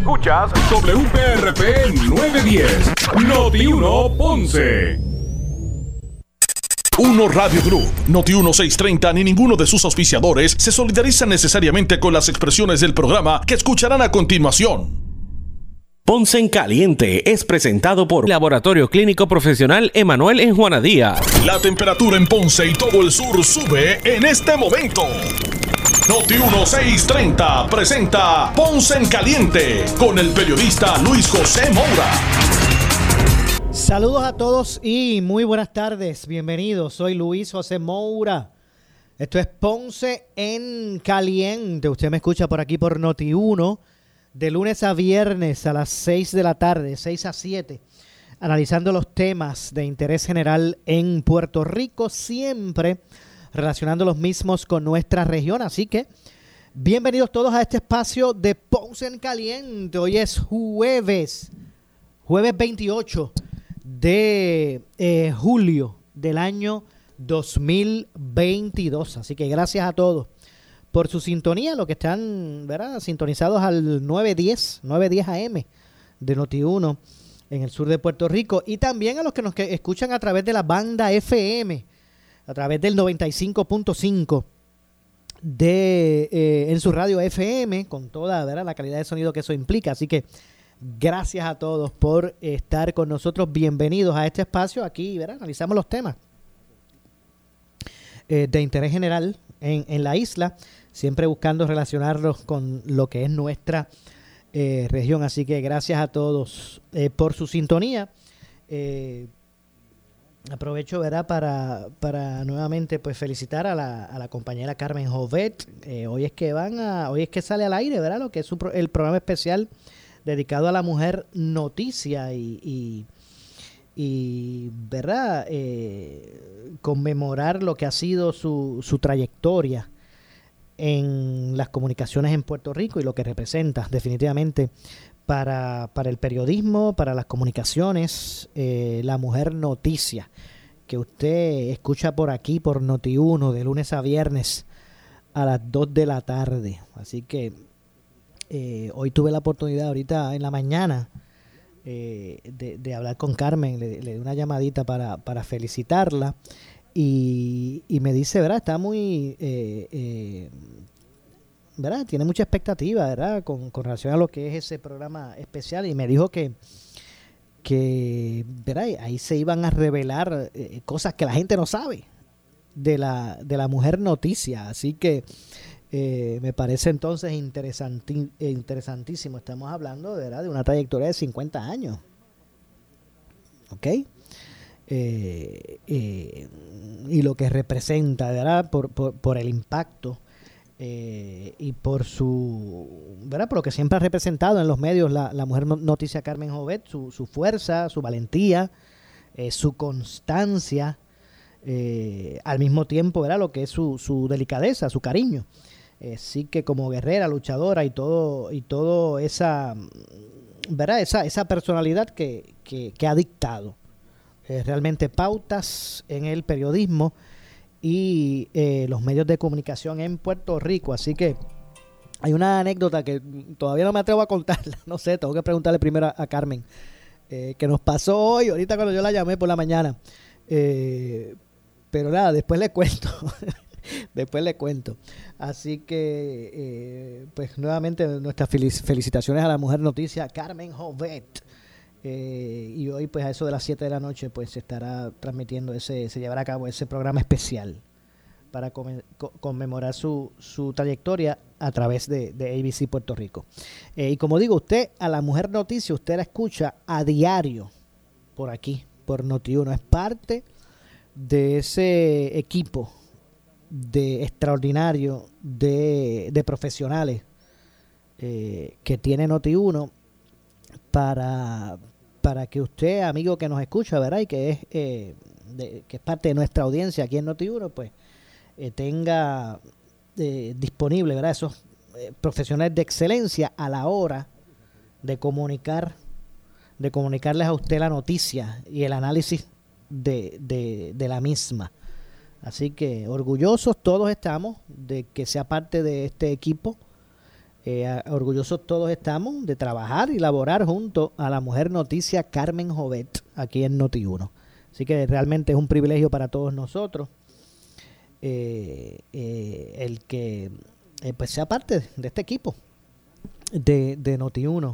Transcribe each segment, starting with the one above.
Escuchas WPRP 910, Noti1 Ponce. Uno Radio Group, Noti1 630 ni ninguno de sus auspiciadores se solidarizan necesariamente con las expresiones del programa que escucharán a continuación. Ponce en Caliente es presentado por Laboratorio Clínico Profesional Emanuel en Juana Díaz. La temperatura en Ponce y todo el sur sube en este momento. Noti1 630 presenta Ponce en Caliente con el periodista Luis José Moura. Saludos a todos y muy buenas tardes. Bienvenidos, soy Luis José Moura. Esto es Ponce en Caliente. Usted me escucha por aquí por Noti1 de lunes a viernes a las 6 de la tarde, 6 a 7, analizando los temas de interés general en Puerto Rico, siempre relacionando los mismos con nuestra región. Así que bienvenidos todos a este espacio de Ponce en Caliente. Hoy es jueves 28 de julio del año 2022. Así que gracias a todos por su sintonía, los que están, ¿verdad?, sintonizados al 910 AM de Noti1 en el sur de Puerto Rico, y también a los que nos escuchan a través de la banda FM, a través del 95.5 en su radio FM, con toda, ¿verdad?, la calidad de sonido que eso implica. Así que gracias a todos por estar con nosotros. Bienvenidos a este espacio. Aquí, ¿verdad?, analizamos los temas de interés general en la isla, siempre buscando relacionarlos con lo que es nuestra región. Así que gracias a todos por su sintonía. Aprovecho, ¿verdad?, para nuevamente pues felicitar a la compañera Carmen Jovet. Hoy es que sale al aire, ¿verdad?, lo que es el programa especial dedicado a la mujer noticia y ¿verdad?, conmemorar lo que ha sido su trayectoria en las comunicaciones en Puerto Rico y lo que representa definitivamente para el periodismo, para las comunicaciones, la mujer noticia, que usted escucha por aquí, por Noti1, de lunes a viernes a las 2 de la tarde. Así que hoy tuve la oportunidad ahorita en la mañana de hablar con Carmen. Le di una llamadita para felicitarla y me dice, ¿verdad?, está muy ¿verdad?, tiene mucha expectativa, ¿verdad?, con relación a lo que es ese programa especial, y me dijo que ¿verdad?, ahí se iban a revelar cosas que la gente no sabe de la mujer noticia. Así que me parece entonces interesantísimo. Estamos hablando, ¿verdad?, de una trayectoria de 50 años. ¿Ok? Y lo que representa, ¿verdad?, por el impacto y por su, ¿verdad?, por lo que siempre ha representado en los medios la mujer noticia Carmen Jovet, su fuerza, su valentía, su constancia, al mismo tiempo, ¿verdad?, lo que es su delicadeza, su cariño. Sí, que como guerrera, luchadora y todo esa, ¿verdad?, esa personalidad que ha dictado realmente pautas en el periodismo y los medios de comunicación en Puerto Rico. Así que hay una anécdota que todavía no me atrevo a contarla, no sé, tengo que preguntarle primero a Carmen, que nos pasó hoy, ahorita cuando yo la llamé por la mañana, pero nada, después le cuento. Después le cuento. Así que, pues nuevamente nuestras felicitaciones a la mujer noticia Carmen Jovet. Y hoy, pues a eso de las 7 de la noche, pues se estará transmitiendo se llevará a cabo ese programa especial para conmemorar su trayectoria a través de ABC Puerto Rico. Y como digo, usted a la mujer noticia, usted la escucha a diario por aquí, por Noti1. Es parte de ese equipo de extraordinario de profesionales que tiene Noti1 para que usted, amigo que nos escucha, ¿verdad?, y que es parte de nuestra audiencia aquí en Noti1, pues tenga disponible, ¿verdad?, esos profesionales de excelencia a la hora de comunicarles a usted la noticia y el análisis de la misma. Así que orgullosos todos estamos de que sea parte de este equipo Orgullosos todos estamos de trabajar y laborar junto a la mujer noticia Carmen Jovet aquí en Noti1. Así que realmente es un privilegio para todos nosotros el que pues sea parte de este equipo de Noti1,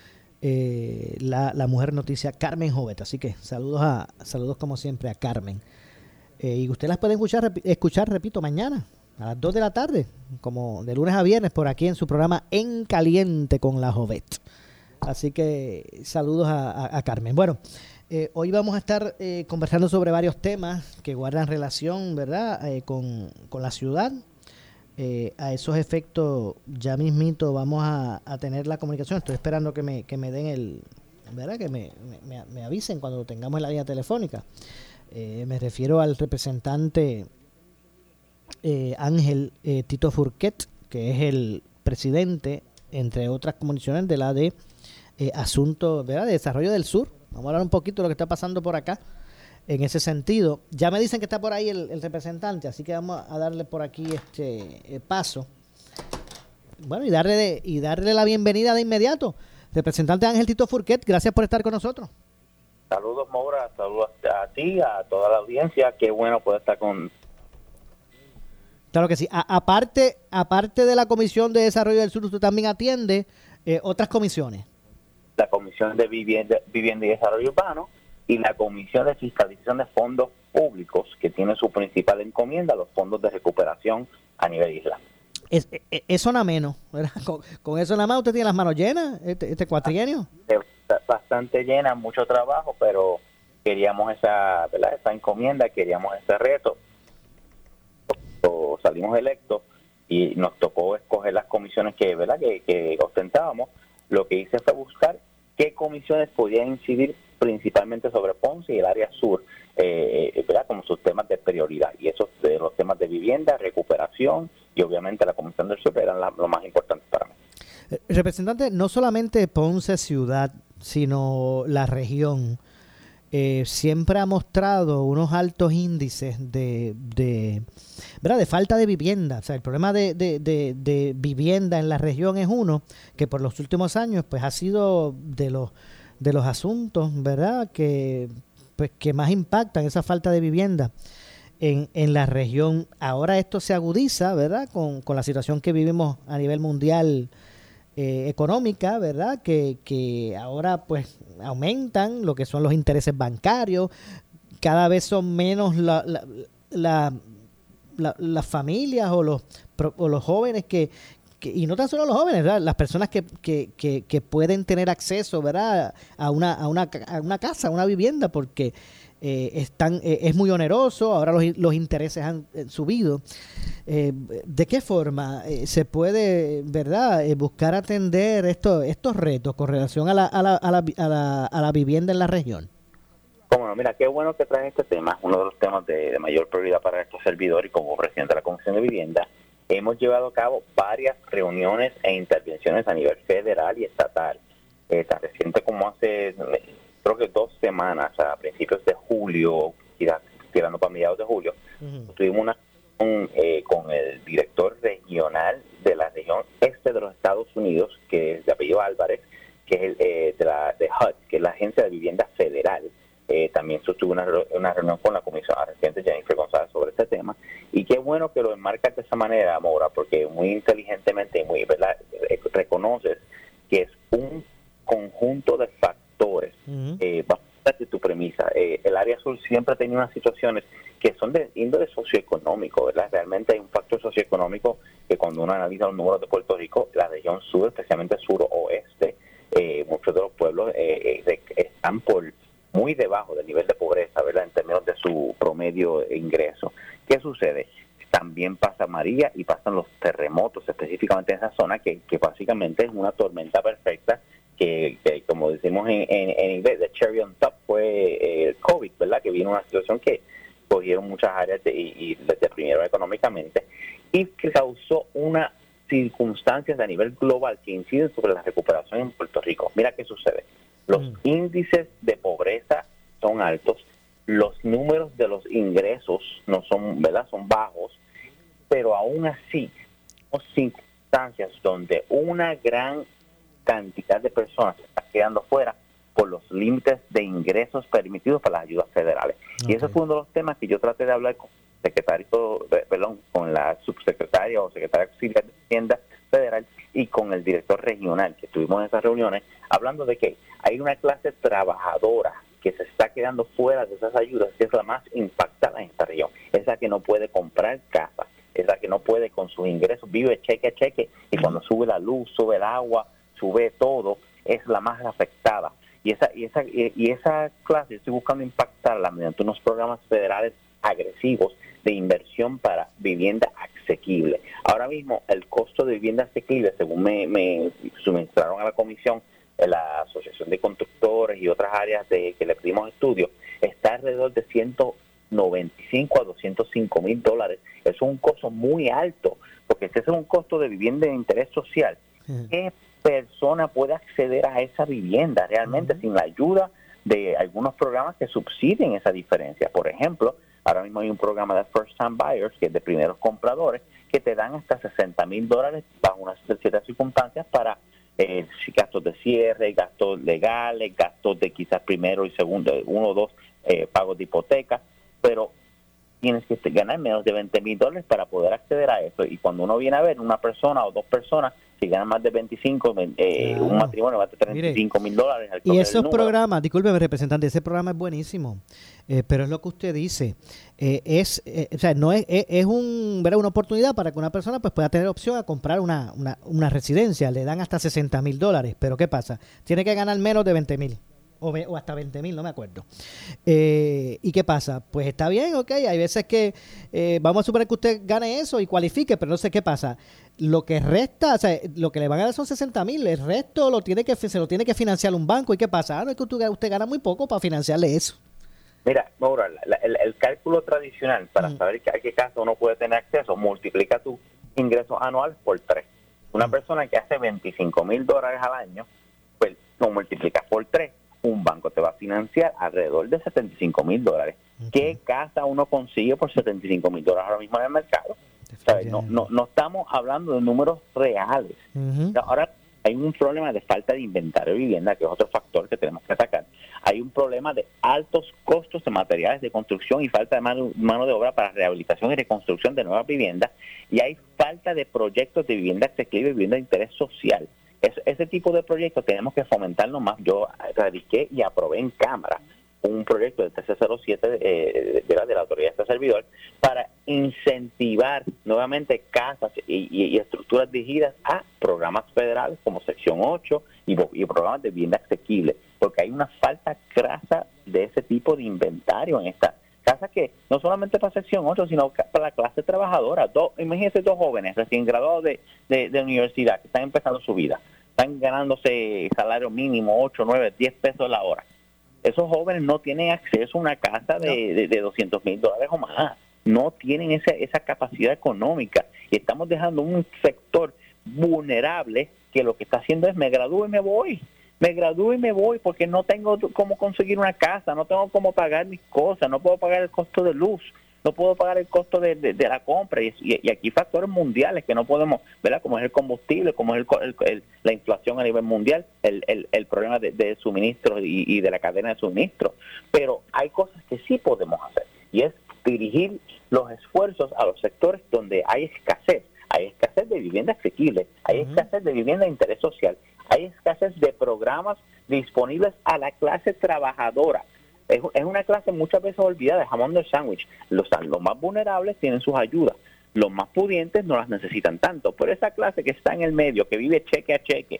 la mujer noticia Carmen Jovet. Así que saludos como siempre a Carmen. Y ustedes las pueden escuchar, repito, mañana a las 2 de la tarde, como de lunes a viernes, por aquí en su programa En Caliente con la Jovet. Así que saludos a Carmen. Bueno, hoy vamos a estar conversando sobre varios temas que guardan relación, ¿verdad?, con la ciudad. A esos efectos, ya mismito vamos a tener la comunicación. Estoy esperando que me den ¿verdad?, que me avisen cuando tengamos la línea telefónica. Me refiero al representante Ángel Tito Furquet, que es el presidente, entre otras comisiones, de la de Asuntos, ¿verdad?, de Desarrollo del Sur. Vamos a hablar un poquito de lo que está pasando por acá en ese sentido. Ya me dicen que está por ahí el representante, así que vamos a darle por aquí paso. Bueno, y darle la bienvenida de inmediato. Representante Ángel Tito Furquet, gracias por estar con nosotros. Saludos, Maura, saludos a ti, a toda la audiencia. Qué bueno poder estar con... Claro que sí. Aparte de la Comisión de Desarrollo del Sur, usted también atiende otras comisiones. La Comisión de Vivienda y Desarrollo Urbano y la Comisión de Fiscalización de Fondos Públicos, que tiene su principal encomienda los fondos de recuperación a nivel isla. Eso nada menos, ¿verdad? Con eso nada más usted tiene las manos llenas, este cuatrienio. Bastante llena, mucho trabajo, pero queríamos esa encomienda, queríamos ese reto. Salimos electos y nos tocó escoger las comisiones que ostentábamos. Lo que hice fue buscar qué comisiones podían incidir principalmente sobre Ponce y el área sur, como sus temas de prioridad. Y esos de los temas de vivienda, recuperación y obviamente la Comisión del Sur eran lo más importante para mí. Representante, no solamente Ponce ciudad, sino la región, siempre ha mostrado unos altos índices de falta de vivienda. O sea, el problema de vivienda en la región es uno que por los últimos años pues ha sido de los asuntos, ¿verdad?, que más impactan esa falta de vivienda en la región. Ahora esto se agudiza, ¿verdad?, con la situación que vivimos a nivel mundial económica, ¿verdad?, que ahora pues aumentan lo que son los intereses bancarios. Cada vez son menos las familias o los jóvenes y no tan solo los jóvenes, ¿verdad?, las personas que pueden tener acceso, ¿verdad?, a una casa, a una vivienda, porque es muy oneroso. Ahora los intereses han subido. ¿De qué forma se puede, verdad, buscar atender estos retos con relación a la vivienda en la región? Cómo no, mira, qué bueno que traes este tema, uno de los temas de mayor prioridad para nuestro servidor, y como presidente de la Comisión de Vivienda hemos llevado a cabo varias reuniones e intervenciones a nivel federal y estatal. Tan reciente como hace, creo que 2 semanas, a principios de julio, tirando para mediados de julio, tuvimos una con el director regional de la región este de los Estados Unidos, que es de apellido Álvarez, que es de HUD, que es la Agencia de Vivienda Federal. También sostuve una reunión con la comisionada residente Jennifer González sobre este tema, y qué bueno que lo enmarcas de esa manera, Maura, porque muy inteligentemente y muy, ¿verdad?, reconoces que es un conjunto de factores. Bastante tu premisa. El área sur siempre ha tenido unas situaciones que son de índole socioeconómico, ¿verdad? Realmente hay un factor socioeconómico que cuando uno analiza los números de Puerto Rico, la región sur, especialmente suroeste, muchos de los pueblos están muy debajo del nivel de pobreza, ¿verdad?, en términos de su promedio de ingreso. ¿Qué sucede? También pasa María y pasan los terremotos, específicamente en esa zona, que básicamente es una tormenta perfecta, que como decimos en inglés, the cherry on top fue el COVID, ¿verdad?, que vino una situación que cogieron muchas áreas y les deprimieron económicamente, y que causó unas circunstancias a nivel global que inciden sobre la recuperación en Puerto Rico. Mira qué sucede. Los índices de pobreza son altos, los números de los ingresos no son, ¿verdad?, son bajos, pero aún así, circunstancias donde una gran cantidad de personas se está quedando fuera por los límites de ingresos permitidos para las ayudas federales. Okay. Y ese fue uno de los temas que yo traté de hablar con la subsecretaria o secretaria auxiliar de Hacienda Federal y con el director regional, que estuvimos en esas reuniones, hablando de que hay una clase trabajadora que se está quedando fuera de esas ayudas, que es la más impactada en esta región. Es la que no puede comprar casa, es la que no puede con sus ingresos, vive cheque a cheque, y cuando sube la luz, sube el agua, sube todo, es la más afectada. Y esa clase estoy buscando impactarla mediante unos programas federales agresivos de inversión para vivienda asequible. Ahora mismo el costo de vivienda asequible, según me suministraron a la comisión, la Asociación de Constructores y otras áreas que le pedimos estudios, está alrededor de 195 a 205 mil dólares. Es un costo muy alto, porque ese es un costo de vivienda de interés social. ¿Qué persona puede acceder a esa vivienda realmente sin la ayuda de algunos programas que subsidien esa diferencia? Por ejemplo, ahora mismo hay un programa de First Time Buyers, que es de primeros compradores, que te dan hasta $60,000 bajo unas ciertas circunstancias para gastos de cierre, gastos legales, gastos de quizás primero y segundo, 1 o 2 pagos de hipoteca, pero tienes que ganar menos de $20,000 para poder acceder a eso. Y cuando uno viene a ver una persona o dos personas que ganan más de 25, un matrimonio va a tener $35,000. Y esos programas, discúlpeme representante, ese programa es buenísimo, pero es lo que usted dice, o sea, no es una oportunidad para que una persona pues pueda tener opción a comprar una residencia, le dan hasta $60,000, pero ¿qué pasa? Tiene que ganar menos de 20,000. O hasta 20,000, no me acuerdo. ¿Y qué pasa? Pues está bien, ok, hay veces que vamos a suponer que usted gane eso y cualifique, pero no sé qué pasa. Lo que resta, o sea, lo que le van a dar son 60,000, el resto se lo tiene que financiar un banco. ¿Y qué pasa? No, es que usted gana muy poco para financiarle eso. Mira, Maura, el cálculo tradicional para saber a qué casa uno puede tener acceso, multiplica tu ingreso anual por 3. Una persona que hace $25,000 al año, pues lo multiplicas por 3. Un banco te va a financiar alrededor de $75,000. Okay. ¿Qué casa uno consigue por $75,000 ahora mismo en el mercado? ¿Sabes? No estamos hablando de números reales. Ahora hay un problema de falta de inventario de vivienda, que es otro factor que tenemos que atacar. Hay un problema de altos costos de materiales de construcción y falta de mano de obra para rehabilitación y reconstrucción de nuevas viviendas. Y hay falta de proyectos de vivienda asequible y vivienda de interés social. Ese tipo de proyectos tenemos que fomentarlo más. Yo radiqué y aprobé en Cámara un proyecto del TC-07 de la Autoridad de este Servidor para incentivar nuevamente casas y estructuras dirigidas a programas federales como Sección 8 y programas de vivienda asequible, porque hay una falta crasa de ese tipo de inventario en esta casa, que no solamente para Sección 8, sino para la clase trabajadora. Imagínense 2 jóvenes recién graduados de universidad que están empezando su vida, están ganándose salario mínimo 8, 9, 10 pesos la hora. Esos jóvenes no tienen acceso a una casa de $200,000 o más. No tienen esa capacidad económica. Y estamos dejando un sector vulnerable que lo que está haciendo es: me gradúo y me voy. Me gradúo y me voy porque no tengo cómo conseguir una casa, no tengo cómo pagar mis cosas, no puedo pagar el costo de luz, no puedo pagar el costo de la compra. Y aquí factores mundiales que no podemos, ¿verdad? Como es el combustible, como es la inflación a nivel mundial, el problema de suministros y de la cadena de suministros. Pero hay cosas que sí podemos hacer, y es dirigir los esfuerzos a los sectores donde hay escasez. Hay escasez de vivienda asequible, hay escasez de vivienda de interés social, hay escasez de programas disponibles a la clase trabajadora. Es una clase muchas veces olvidada, el jamón del sándwich. Los más vulnerables tienen sus ayudas, los más pudientes no las necesitan tanto. Pero esa clase que está en el medio, que vive cheque a cheque,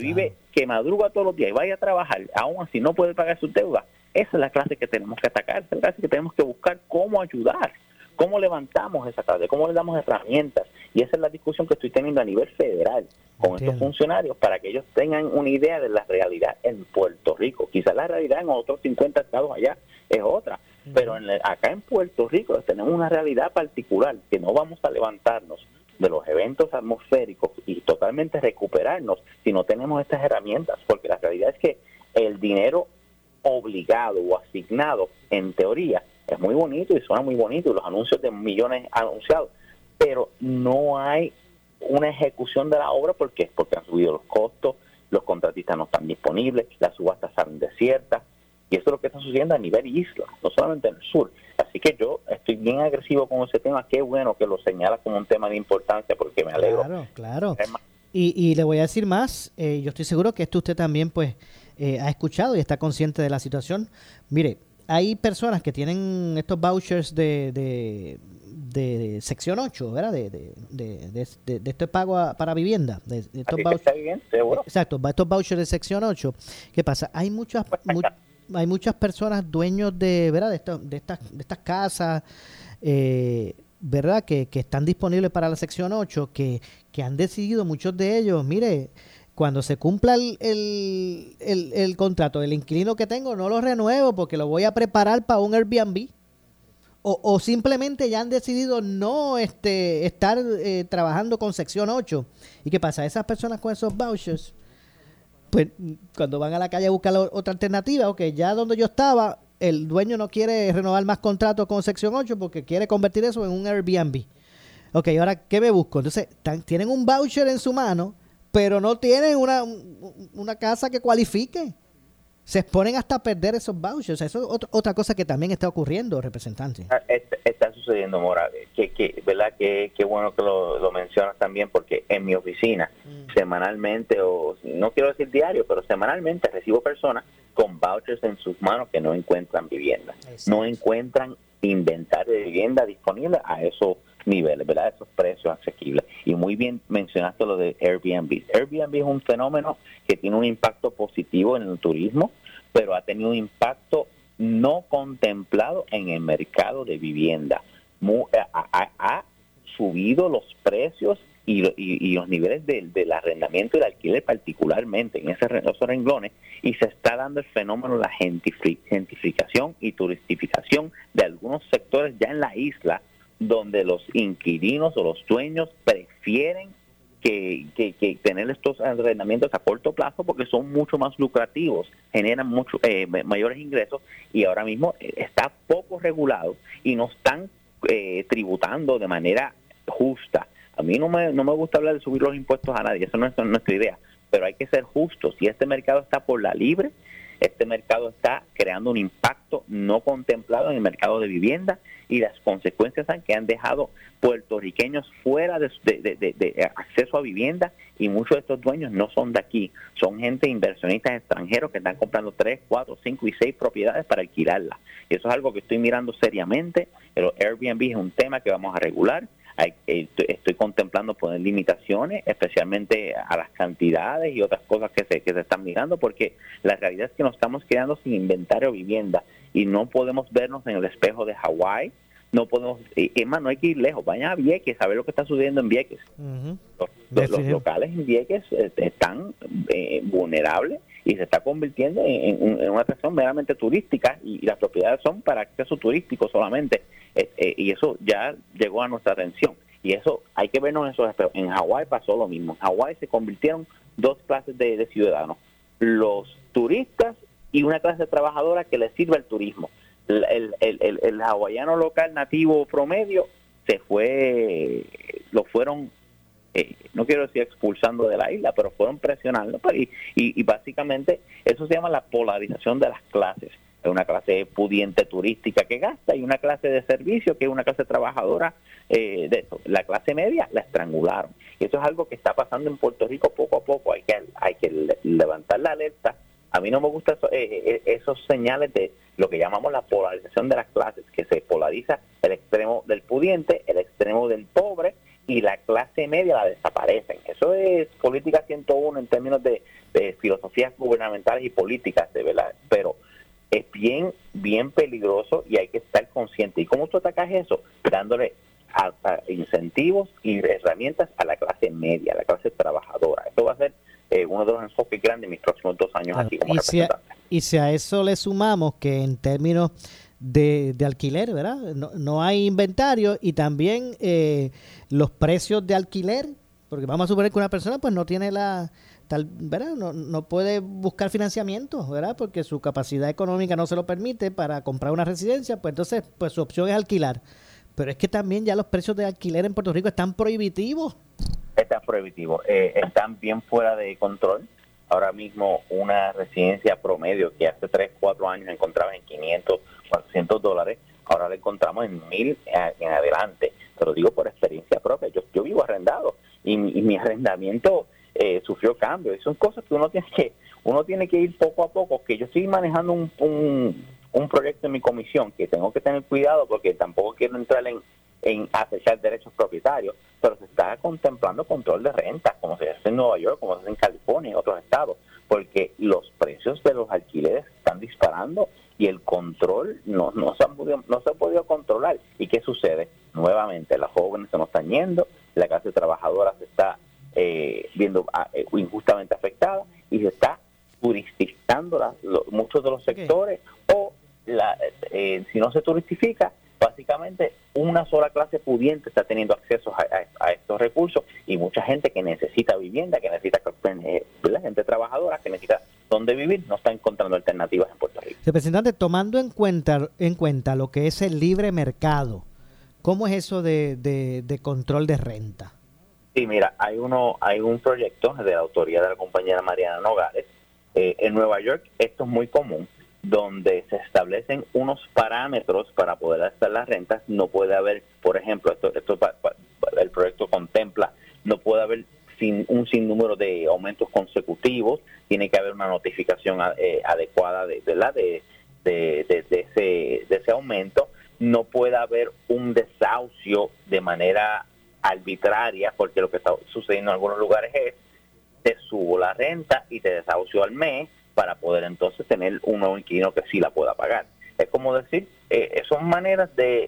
que madruga todos los días y vaya a trabajar, aún así no puede pagar sus deudas, esa es la clase que tenemos que atacar, esa es la clase que tenemos que buscar cómo ayudar. ¿Cómo levantamos esa clase? ¿Cómo le damos herramientas? Y esa es la discusión que estoy teniendo a nivel federal con estos funcionarios, para que ellos tengan una idea de la realidad en Puerto Rico. Quizás la realidad en otros 50 estados allá es otra, pero acá en Puerto Rico tenemos una realidad particular, que no vamos a levantarnos de los eventos atmosféricos y totalmente recuperarnos si no tenemos estas herramientas, porque la realidad es que el dinero obligado o asignado, en teoría, es muy bonito y suena muy bonito, y los anuncios de millones anunciados, pero no hay una ejecución de la obra. ¿Por qué? Porque han subido los costos, los contratistas no están disponibles, las subastas salen desiertas, y eso es lo que está sucediendo a nivel isla, no solamente en el sur. Así que yo estoy bien agresivo con ese tema. Qué bueno que lo señalas como un tema de importancia, porque me alegro. Claro. Y le voy a decir más, yo estoy seguro que esto usted también pues ha escuchado y está consciente de la situación. Mire, hay personas que tienen estos vouchers de sección 8, ¿verdad? De este pago para vivienda. De estos Así que está bien, seguro. Exacto, estos vouchers de sección 8. ¿Qué pasa? Hay muchas personas dueños de, ¿verdad? de estas casas, ¿verdad? Que están disponibles para la sección 8, que han decidido, muchos de ellos, mire, cuando se cumpla el contrato del inquilino que tengo, no lo renuevo porque lo voy a preparar para un Airbnb. O simplemente ya han decidido no estar trabajando con sección 8. ¿Y qué pasa? Esas personas con esos vouchers, pues cuando van a la calle a buscar otra alternativa, ok, ya donde yo estaba, el dueño no quiere renovar más contratos con sección 8 porque quiere convertir eso en un Airbnb. Ok, ahora, ¿qué me busco? Entonces, tienen un voucher en su mano, pero no tienen una casa que cualifique. Se exponen hasta a perder esos vouchers. Eso es otra cosa que también está ocurriendo, representante. Está sucediendo, Mora. ¿Verdad? Qué bueno que lo mencionas también, porque en mi oficina, semanalmente, o no quiero decir diario, pero semanalmente recibo personas con vouchers en sus manos que no encuentran vivienda. Exacto. No encuentran inventario de vivienda disponible a esos niveles, ¿verdad? Esos precios asequibles. Y muy bien mencionaste lo de Airbnb. Airbnb es un fenómeno que tiene un impacto positivo en el turismo, pero ha tenido un impacto no contemplado en el mercado de vivienda. Ha subido los precios y los niveles del arrendamiento y el alquiler, particularmente en esos renglones, y se está dando el fenómeno de la gentrificación y turistificación de algunos sectores ya en la isla, donde los inquilinos o los dueños prefieren que tener estos arrendamientos a corto plazo porque son mucho más lucrativos, generan mayores ingresos, y ahora mismo está poco regulado y no están tributando de manera justa. A mí no me gusta hablar de subir los impuestos a nadie, eso no es nuestra idea, pero hay que ser justos. Si este mercado está por la libre, este mercado está creando un impacto no contemplado en el mercado de vivienda, y las consecuencias son que han dejado puertorriqueños fuera de acceso a vivienda, y muchos de estos dueños no son de aquí, son gente, inversionistas extranjeros que están comprando 3, 4, 5 y 6 propiedades para alquilarlas. Y eso es algo que estoy mirando seriamente. El Airbnb es un tema que vamos a regular. Estoy contemplando poner limitaciones, especialmente a las cantidades y otras cosas que se están mirando, porque la realidad es que nos estamos quedando sin inventario de vivienda y no podemos vernos en el espejo de Hawái. No podemos, no hay que ir lejos, vayan a Vieques a ver lo que está sucediendo en Vieques. Uh-huh. Los locales en Vieques están vulnerables y se está convirtiendo en una atracción meramente turística, y las propiedades son para acceso turístico solamente, y eso ya llegó a nuestra atención, y eso hay que vernos en esos espejos. En Hawái pasó lo mismo. En Hawái se convirtieron dos clases de ciudadanos, los turistas y una clase trabajadora que les sirve al turismo. El hawaiano local nativo promedio lo fueron, no quiero decir expulsando de la isla, pero fueron presionando, y básicamente eso se llama la polarización de las clases. Hay una clase pudiente turística que gasta y una clase de servicio que es una clase trabajadora de eso. La clase media la estrangularon, y eso es algo que está pasando en Puerto Rico poco a poco. Hay que levantar la alerta. A mí no me gustan esos señales de lo que llamamos la polarización de las clases, que se polariza el extremo del pudiente, el extremo del pobre, y la clase media la desaparecen. Eso es política 101 en términos de filosofías gubernamentales y políticas, de verdad, pero es bien peligroso y hay que estar consciente. ¿Y cómo tú atacas eso? Dándole incentivos y herramientas a la clase media, a la clase trabajadora. Esto va a ser uno de los enfoques grandes en mis próximos 2 años aquí como representante. Y si a eso le sumamos que en términos de alquiler, ¿verdad? No hay inventario, y también los precios de alquiler, porque vamos a suponer que una persona pues no tiene ¿verdad? No puede buscar financiamiento, ¿verdad? Porque su capacidad económica no se lo permite para comprar una residencia, pues entonces pues su opción es alquilar. Pero es que también ya los precios de alquiler en Puerto Rico están prohibitivos. Está prohibitivo. Están bien fuera de control. Ahora mismo una residencia promedio que hace 3, 4 años encontraba en $500, $400, ahora la encontramos en 1,000 en adelante. Te lo digo por experiencia propia. Yo vivo arrendado y mi arrendamiento sufrió cambios. Y son cosas que uno tiene que ir poco a poco. Que yo estoy manejando un proyecto en mi comisión que tengo que tener cuidado porque tampoco quiero entrar en acechar derechos propietarios, pero se está contemplando control de rentas, como se hace en Nueva York, como se hace en California y en otros estados, porque los precios de los alquileres están disparando y el control no se ha podido controlar. ¿Y qué sucede? Nuevamente, las jóvenes se nos están yendo, la clase trabajadora se está viendo injustamente afectada y se está turistificando muchos de los sectores, o si no se turistifica, básicamente una sola clase pudiente está teniendo acceso a estos recursos, y mucha gente que necesita vivienda, que necesita la gente trabajadora, que necesita dónde vivir, no está encontrando alternativas en Puerto Rico. Representante, tomando en cuenta lo que es el libre mercado, ¿cómo es eso de control de renta? Sí, mira, hay un proyecto de la autoría de la compañera Mariana Nogales. En Nueva York esto es muy común, donde se establecen unos parámetros para poder hacer las rentas. No puede haber, por ejemplo, el proyecto contempla, no puede haber un sinnúmero de aumentos consecutivos, tiene que haber una notificación adecuada de ese aumento, no puede haber un desahucio de manera arbitraria, porque lo que está sucediendo en algunos lugares es, te subo la renta y te desahucio al mes, para poder entonces tener un nuevo inquilino que sí la pueda pagar. Es como decir, son maneras de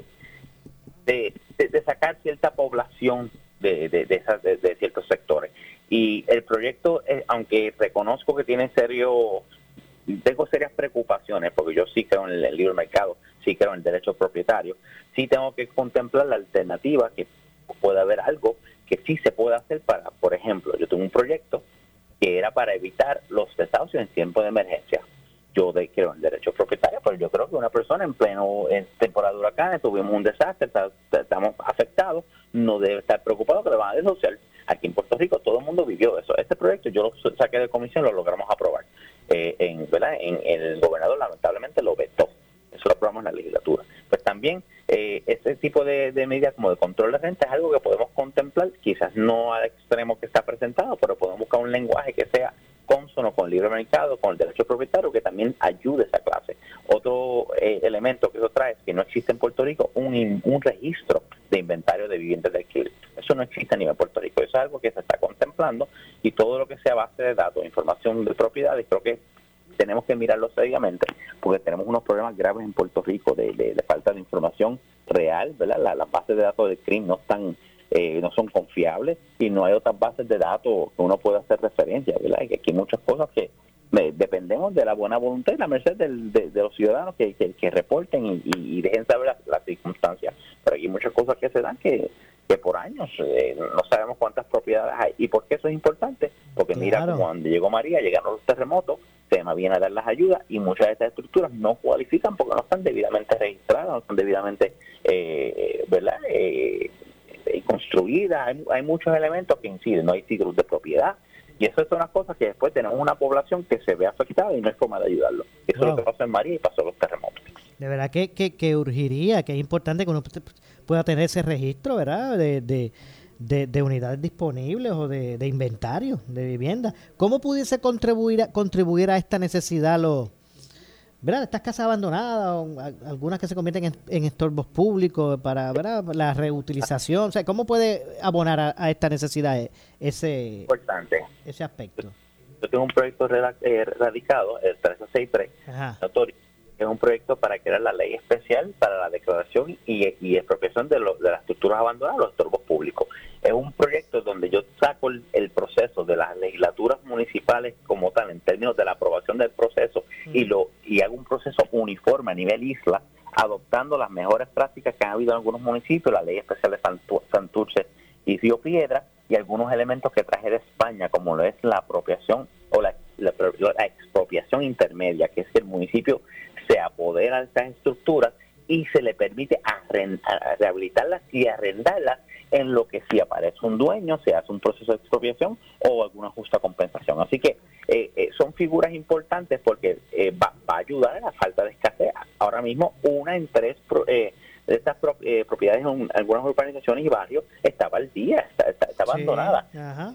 sacar cierta población de ciertos sectores. Y el proyecto, aunque reconozco que tengo serias preocupaciones, porque yo sí creo en el libre mercado, sí creo en el derecho propietario, sí tengo que contemplar la alternativa, que puede haber algo que sí se puede hacer para, por ejemplo, yo tengo un proyecto que era para evitar los desahucios en tiempo de emergencia. Yo creo en el derecho propietario, pero yo creo que una persona en temporada de huracanes, tuvimos un desastre, estamos afectados, no debe estar preocupado que le van a desahuciar. Aquí en Puerto Rico todo el mundo vivió eso. Este proyecto yo lo saqué de comisión, lo logramos aprobar. El gobernador lamentablemente lo vetó. Eso lo aprobamos en la legislatura. Pues también ese tipo de medidas como de control de renta es algo que podemos contemplar, quizás no al extremo que está presentado, pero podemos buscar un lenguaje que sea cónsono con el libre mercado, con el derecho propietario, que también ayude a esa clase. Otro elemento que eso trae es que no existe en Puerto Rico un registro de inventario de viviendas de alquiler. Eso no existe a nivel de Puerto Rico. Eso es algo que se está contemplando, y todo lo que sea base de datos, información de propiedades, creo que tenemos que mirarlo seriamente, porque tenemos unos problemas graves en Puerto Rico de falta de información real, ¿verdad? Las bases de datos del crimen no son confiables, y no hay otras bases de datos que uno pueda hacer referencia, ¿verdad? Y que aquí hay muchas cosas que dependemos de la buena voluntad y la merced de los ciudadanos que reporten y dejen saber las circunstancias. Pero aquí hay muchas cosas que se dan que por años no sabemos cuántas propiedades hay. ¿Y por qué eso es importante? Porque mira, como cuando llegó María, llegaron los terremotos, SEMA viene a dar las ayudas, y muchas de estas estructuras no cualifican porque no están debidamente registradas, no están debidamente construidas. Hay muchos elementos que inciden, no hay títulos de propiedad, y eso son unas cosas que después tenemos una población que se ve afectada y no hay forma de ayudarlo. Eso es lo que pasó en María y pasó en los terremotos. De verdad que urgiría, que es importante que uno pueda tener ese registro, ¿verdad?, de unidades disponibles o de inventario de vivienda. ¿Cómo pudiese contribuir a esta necesidad ¿verdad?, estas casas abandonadas, o algunas que se convierten en estorbos públicos para, ¿verdad?, la reutilización? O sea, ¿cómo puede abonar a esta necesidad ese aspecto? Yo tengo un proyecto radicado, el 1363, notorio. Es un proyecto para crear la ley especial para la declaración y expropiación de las estructuras abandonadas, los estorbos públicos. Es un proyecto donde yo saco el proceso de las legislaturas municipales como tal, en términos de la aprobación del proceso, y hago un proceso uniforme a nivel isla, adoptando las mejores prácticas que han habido en algunos municipios, la ley especial de Santurce y Río Piedra, y algunos elementos que traje de España, como lo es la apropiación o la expropiación intermedia, que es que el municipio se apodera de estas estructuras y se le permite rehabilitarlas y arrendarlas en lo que si aparece un dueño se hace un proceso de expropiación o alguna justa compensación. Así que son figuras importantes porque va a ayudar a la falta de escasez. Ahora mismo 1 en 3 de estas propiedades en algunas urbanizaciones y barrios estaba al día, está abandonada.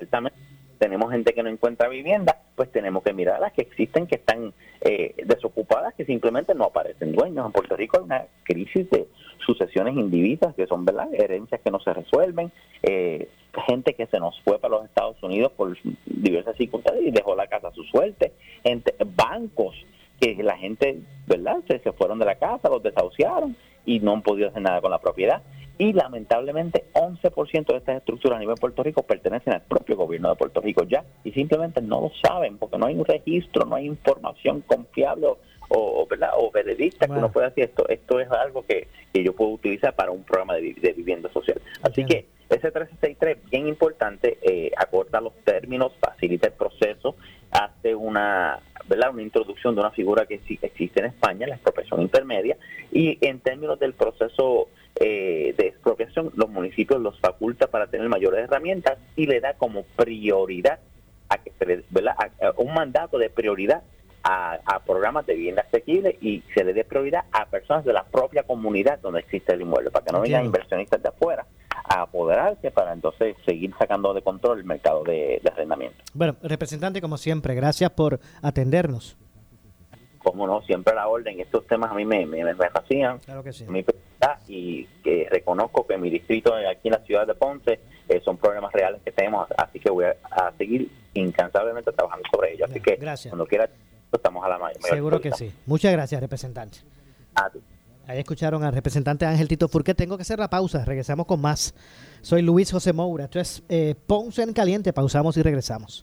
Tenemos gente que no encuentra vivienda, pues tenemos que mirar a las que existen, que están desocupadas, que simplemente no aparecen dueños. En Puerto Rico hay una crisis de sucesiones indivisas, que son, ¿verdad?, herencias que no se resuelven, gente que se nos fue para los Estados Unidos por diversas circunstancias y dejó la casa a su suerte, bancos que la gente, ¿verdad?, se fueron de la casa, los desahuciaron y no han podido hacer nada con la propiedad. Y lamentablemente 11% de estas estructuras a nivel de Puerto Rico pertenecen al propio gobierno de Puerto Rico ya, y simplemente no lo saben porque no hay un registro, no hay información confiable ¿verdad?, o veredicta que uno pueda decir esto es algo que yo puedo utilizar para un programa de vivienda social. Así que ese 1363 es bien importante, acorta los términos, facilita el proceso, hace una introducción de una figura que existe en España, la expropiación intermedia, y en términos del proceso de expropiación, los municipios los faculta para tener mayores herramientas y le da como prioridad a que se le, ¿verdad?, un mandato de prioridad a programas de vivienda asequible, y se le dé prioridad a personas de la propia comunidad donde existe el inmueble, para que no vengan inversionistas de afuera a apoderarse para entonces seguir sacando de control el mercado de arrendamiento. Bueno, representante, como siempre, gracias por atendernos. Como no, siempre a la orden. Estos temas a mí me fascinan. Claro que sí. Y que reconozco que mi distrito aquí en la ciudad de Ponce son problemas reales que tenemos, así que voy a seguir incansablemente trabajando sobre ellos. Así que gracias. Cuando quiera estamos a la mayor. Seguro que sí. Muchas gracias, representante. A ti. Ahí escucharon al representante Ángel Tito Furquet. Tengo que hacer la pausa, regresamos con más. Soy Luis José Moura, esto es Ponce en Caliente. Pausamos y regresamos.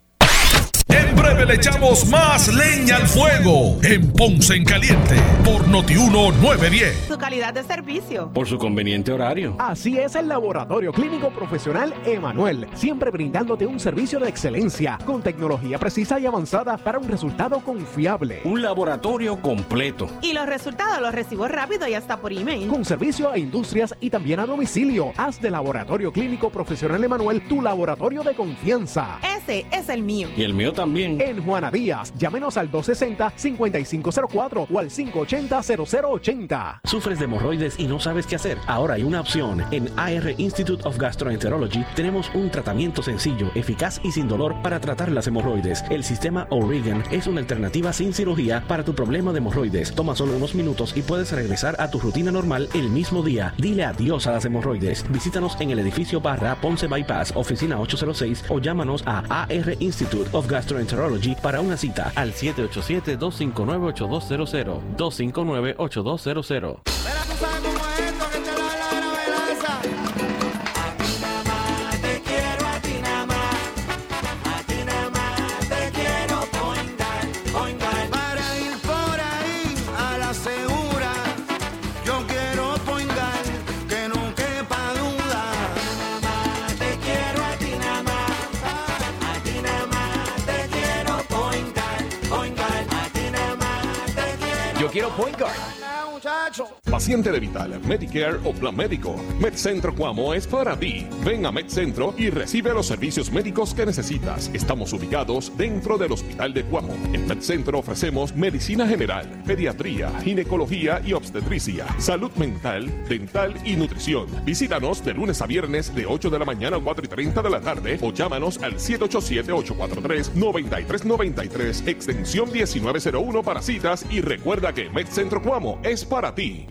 En breve le echamos más leña al fuego en Ponce en Caliente por Noti1 910. Su calidad de servicio. Por su conveniente horario. Así es el Laboratorio Clínico Profesional Emanuel, siempre brindándote un servicio de excelencia con tecnología precisa y avanzada para un resultado confiable. Un laboratorio completo. Y los resultados los recibo rápido y hasta por email. Con servicio a industrias y también a domicilio. Haz de Laboratorio Clínico Profesional Emanuel tu laboratorio de confianza. Ese es el mío. Y el mío también. En Juana Díaz, llámenos al 260-5504 o al 580-0080. ¿Sufres de hemorroides y no sabes qué hacer? Ahora hay una opción. En AR Institute of Gastroenterology tenemos un tratamiento sencillo, eficaz y sin dolor para tratar las hemorroides. El sistema O'Regan es una alternativa sin cirugía para tu problema de hemorroides. Toma solo unos minutos y puedes regresar a tu rutina normal el mismo día. Dile adiós a las hemorroides. Visítanos en el edificio Barra Ponce Bypass, oficina 806, o llámanos a AR Institute of Gastroenterology para una cita al 787-259-8200. 259-8200. Quiero Point Guard. Paciente de Vital, Medicare o Plan Médico, MedCentro Cuamo es para ti. Ven a MedCentro y recibe los servicios médicos que necesitas. Estamos ubicados dentro del Hospital de Cuamo. En MedCentro ofrecemos medicina general, pediatría, ginecología y obstetricia, salud mental, dental y nutrición. Visítanos de lunes a viernes de 8 de la mañana a 4:30 de la tarde o llámanos al 787-843-9393, extensión 1901 para citas, y recuerda que MedCentro Cuamo es para ti.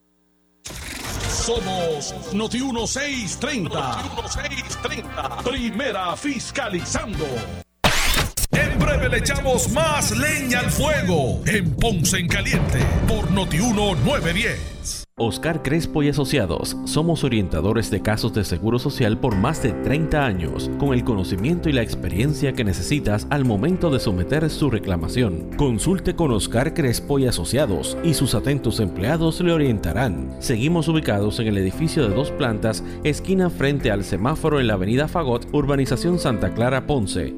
Somos Noti1 630. Primera fiscalizando. En breve le echamos más leña al fuego en Ponce en Caliente por Noti1 910. Oscar Crespo y Asociados. Somos orientadores de casos de seguro social por más de 30 años, con el conocimiento y la experiencia que necesitas al momento de someter su reclamación. Consulte con Oscar Crespo y Asociados y sus atentos empleados le orientarán. Seguimos ubicados en el edificio de 2 plantas, esquina frente al semáforo en la avenida Fagot, urbanización Santa Clara, Ponce.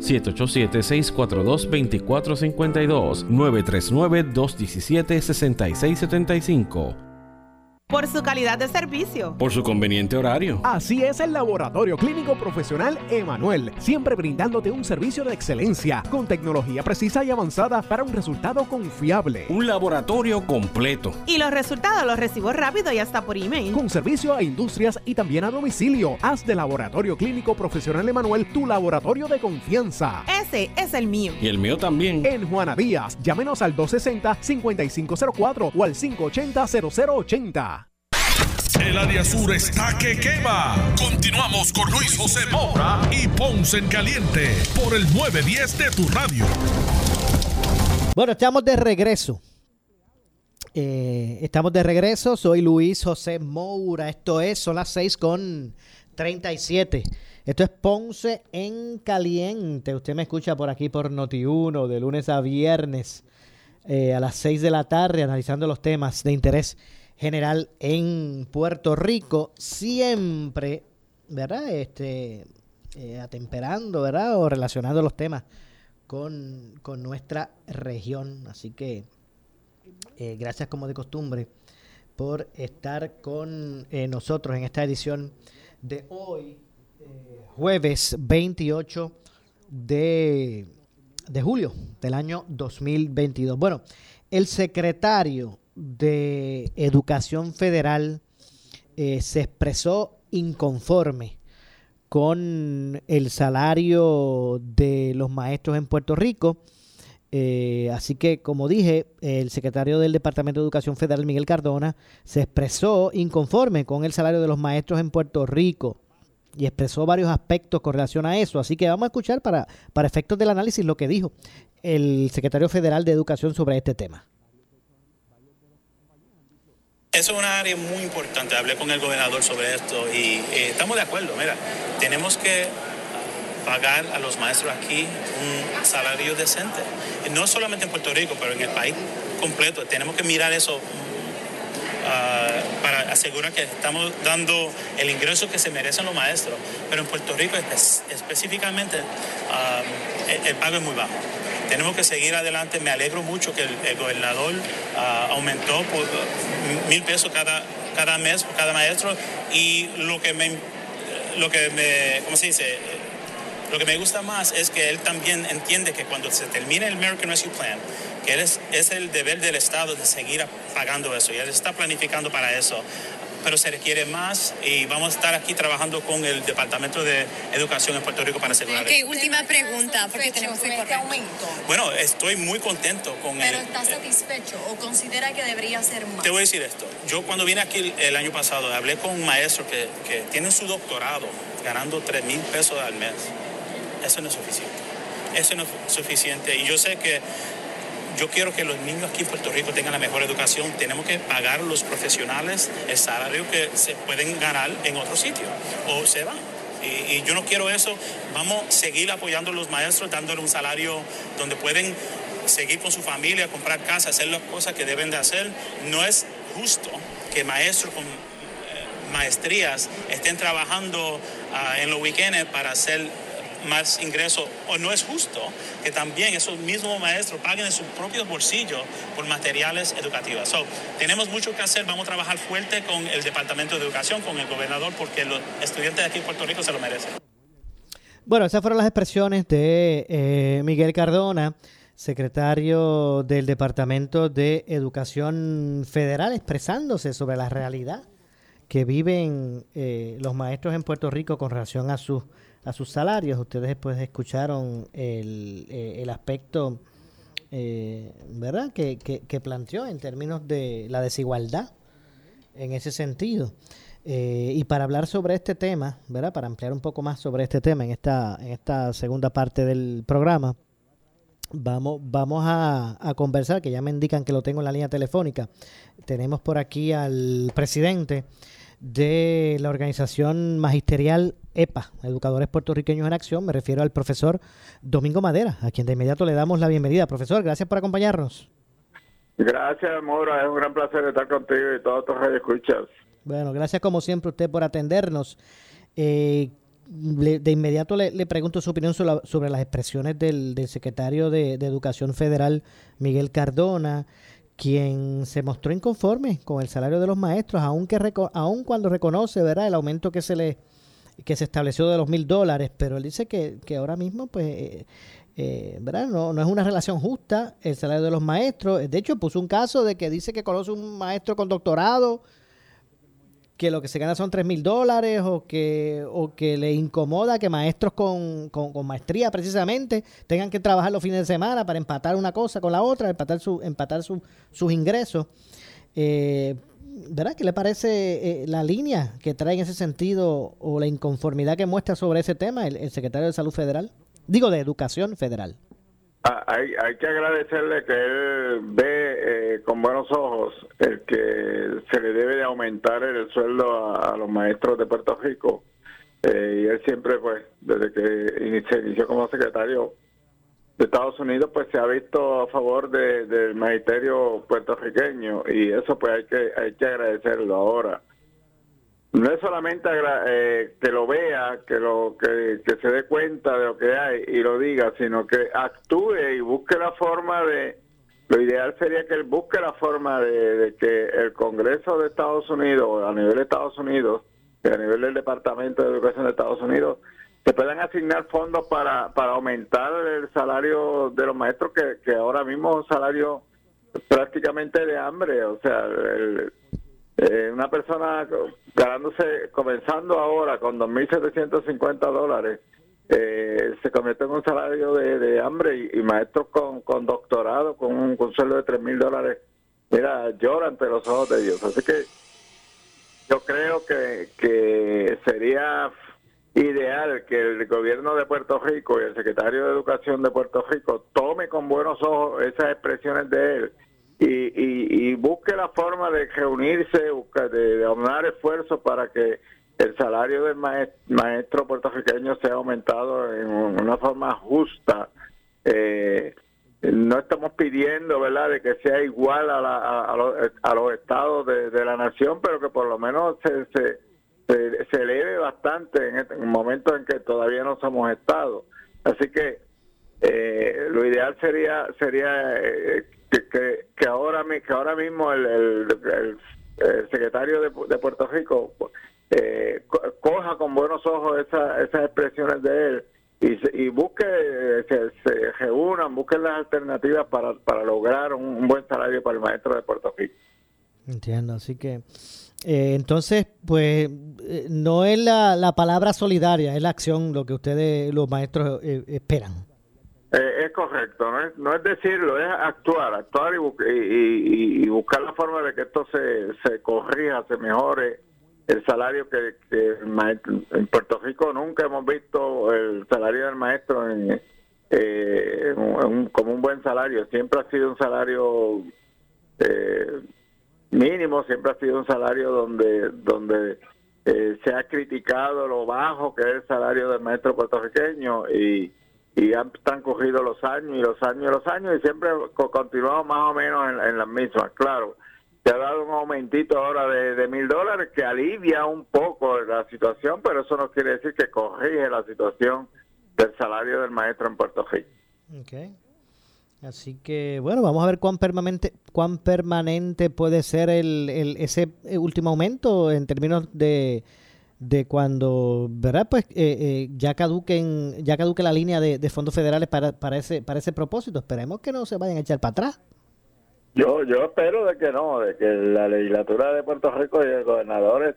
787-642-2452, 939-217-6675. Por su calidad de servicio. Por su conveniente horario. Así es el Laboratorio Clínico Profesional Emanuel, siempre brindándote un servicio de excelencia con tecnología precisa y avanzada para un resultado confiable. Un laboratorio completo. Y los resultados los recibo rápido y hasta por email. Con servicio a industrias y también a domicilio. Haz de Laboratorio Clínico Profesional Emanuel tu laboratorio de confianza. Ese es el mío. Y el mío también. En Juana Díaz, llámenos al 260-5504 o al 580-0080. El área sur está que quema. Continuamos con Luis José Moura y Ponce en Caliente por el 910 de tu radio. Bueno, estamos de regreso. Soy Luis José Moura. Son las 6:37. Esto es Ponce en Caliente. Usted me escucha por aquí por Noti1 de lunes a viernes a las 6 de la tarde analizando los temas de interés general en Puerto Rico, siempre, ¿verdad? Atemperando, ¿verdad? O relacionando los temas con nuestra región. Así que gracias como de costumbre por estar con nosotros en esta edición de hoy, jueves 28 de julio del año 2022. Bueno, el secretario de Educación Federal se expresó inconforme con el salario de los maestros en Puerto Rico. Así que, como dije, el secretario del Departamento de Educación Federal, Miguel Cardona, se expresó inconforme con el salario de los maestros en Puerto Rico y expresó varios aspectos con relación a eso. Así que vamos a escuchar para efectos del análisis lo que dijo el secretario federal de Educación sobre este tema. Eso es una área muy importante. Hablé con el gobernador sobre esto y estamos de acuerdo. Mira, tenemos que pagar a los maestros aquí un salario decente. No solamente en Puerto Rico, pero en el país completo. Tenemos que mirar eso para asegurar que estamos dando el ingreso que se merecen los maestros. Pero en Puerto Rico específicamente el pago es muy bajo. Tenemos que seguir adelante. Me alegro mucho que el gobernador aumentó por $1,000 cada mes por cada maestro. Y lo que me ¿cómo se dice? Lo que me gusta más es que él también entiende que cuando se termine el American Rescue Plan, que es el deber del Estado de seguir pagando eso. Y él está planificando para eso. Pero se requiere más y vamos a estar aquí trabajando con el Departamento de Educación en Puerto Rico para asegurar eso. Última pregunta, porque tenemos que correr. Bueno, estoy muy contento con ¿Pero estás satisfecho o considera que debería ser más? Te voy a decir esto. Yo cuando vine aquí el año pasado, hablé con un maestro que tiene su doctorado ganando $3,000 al mes. Eso no es suficiente. Eso no es suficiente. Y yo sé que yo quiero que los niños aquí en Puerto Rico tengan la mejor educación. Tenemos que pagar a los profesionales el salario que se pueden ganar en otro sitio o se van. Y yo no quiero eso. Vamos a seguir apoyando a los maestros, dándole un salario donde pueden seguir con su familia, comprar casa, hacer las cosas que deben de hacer. No es justo que maestros con maestrías estén trabajando en los weekends para hacer más ingresos, o no es justo que también esos mismos maestros paguen de sus propios bolsillos por materiales educativos. Tenemos mucho que hacer. Vamos a trabajar fuerte con el Departamento de Educación, con el gobernador, porque los estudiantes de aquí en Puerto Rico se lo merecen. Bueno, esas fueron las expresiones de Miguel Cardona, secretario del Departamento de Educación Federal, expresándose sobre la realidad que viven los maestros en Puerto Rico con relación a sus salarios. Ustedes después escucharon el aspecto, ¿verdad?, que planteó en términos de la desigualdad en ese sentido. Y para hablar sobre este tema, ¿verdad?, para ampliar un poco más sobre este tema en esta segunda parte del programa, vamos a conversar, que ya me indican que lo tengo en la línea telefónica. Tenemos por aquí al presidente de la organización magisterial EPA, Educadores Puertorriqueños en Acción. Me refiero al profesor Domingo Madera, a quien de inmediato le damos la bienvenida. Profesor, gracias por acompañarnos. Gracias, Mora. Es un gran placer estar contigo y todos tus radioescuchas. Bueno, gracias como siempre usted por atendernos. De inmediato le pregunto su opinión sobre las expresiones del secretario de Educación Federal, Miguel Cardona, quien se mostró inconforme con el salario de los maestros, aun cuando reconoce, ¿verdad?, el aumento que se estableció de los $1,000, pero él dice que ahora mismo, pues, ¿verdad?, no es una relación justa el salario de los maestros. De hecho, puso un caso de que dice que conoce un maestro con doctorado que lo que se gana son $3,000 o que le incomoda que maestros con maestría precisamente tengan que trabajar los fines de semana para empatar una cosa con la otra, empatar sus ingresos. ¿Verdad? ¿Qué le parece la línea que trae en ese sentido o la inconformidad que muestra sobre ese tema el secretario de Salud Federal? Digo, de Educación Federal. Hay que agradecerle que él ve con buenos ojos el que se le debe de aumentar el sueldo a los maestros de Puerto Rico. Y él siempre, pues, desde que se inició como secretario de Estados Unidos, pues se ha visto a favor del magisterio puertorriqueño, y eso pues hay que agradecerlo. Ahora, no es solamente que lo vea, que se dé cuenta de lo que hay y lo diga, sino que actúe y busque la forma lo ideal sería que él busque la forma de que el Congreso de Estados Unidos, a nivel de Estados Unidos, y a nivel del Departamento de Educación de Estados Unidos, se puedan asignar fondos para aumentar el salario de los maestros, que ahora mismo es un salario prácticamente de hambre. O sea, una persona comenzando ahora con $2,750, se convierte en un salario de hambre, y maestros con doctorado, con un sueldo de $3,000, mira, lloran ante los ojos de ellos. Así que yo creo que sería ideal que el gobierno de Puerto Rico y el secretario de Educación de Puerto Rico tome con buenos ojos esas expresiones de él y busque la forma de reunirse, de aunar esfuerzos para que el salario del maestro puertorriqueño sea aumentado en una forma justa. No estamos pidiendo, ¿verdad?, de que sea igual a los estados de la nación, pero que por lo menos se eleve bastante en momentos en que todavía no somos estado. Así que lo ideal sería que ahora mismo el secretario de Puerto Rico coja con buenos ojos esas expresiones de él y busque, se reúnan, busquen las alternativas para lograr un buen salario para el maestro de Puerto Rico. Entiendo, así que entonces, pues no es la palabra solidaria, es la acción lo que ustedes, los maestros, esperan. Es correcto, no es decirlo, es actuar y buscar la forma de que esto se corrija, se mejore el salario que el maestro. En Puerto Rico nunca hemos visto el salario del maestro como un buen salario. Siempre ha sido un salario mínimo, siempre ha sido un salario donde se ha criticado lo bajo que es el salario del maestro puertorriqueño, y han transcurrido los años y siempre continuamos más o menos en las mismas. Claro, se ha dado un aumentito ahora de $1,000 que alivia un poco la situación, pero eso no quiere decir que corrige la situación del salario del maestro en Puerto Rico. Okay. Así que, bueno, vamos a ver cuán permanente puede ser ese último aumento en términos de cuando, ¿verdad?, pues ya caduque la línea de fondos federales para ese propósito. Esperemos que no se vayan a echar para atrás. Yo espero de que no, de que la legislatura de Puerto Rico y el gobernador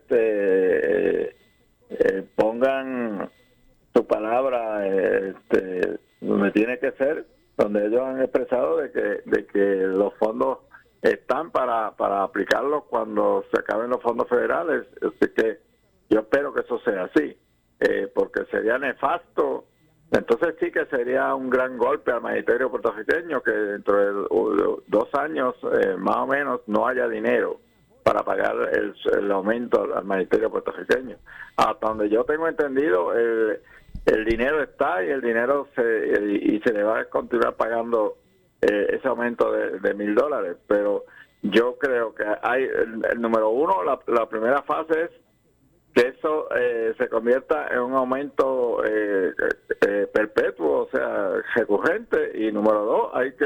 pongan su palabra donde tiene que ser, donde ellos han expresado de que los fondos están para aplicarlos cuando se acaben los fondos federales. Así que yo espero que eso sea así, porque sería nefasto. Entonces sí que sería un gran golpe al magisterio puertorriqueño que dentro de 2 años más o menos no haya dinero para pagar el aumento al magisterio puertorriqueño. Hasta donde yo tengo entendido, el dinero está y el dinero se le va a continuar pagando ese aumento de $1,000. Pero yo creo que hay el número uno, la primera fase es que eso se convierta en un aumento perpetuo, o sea, recurrente, y número 2, hay que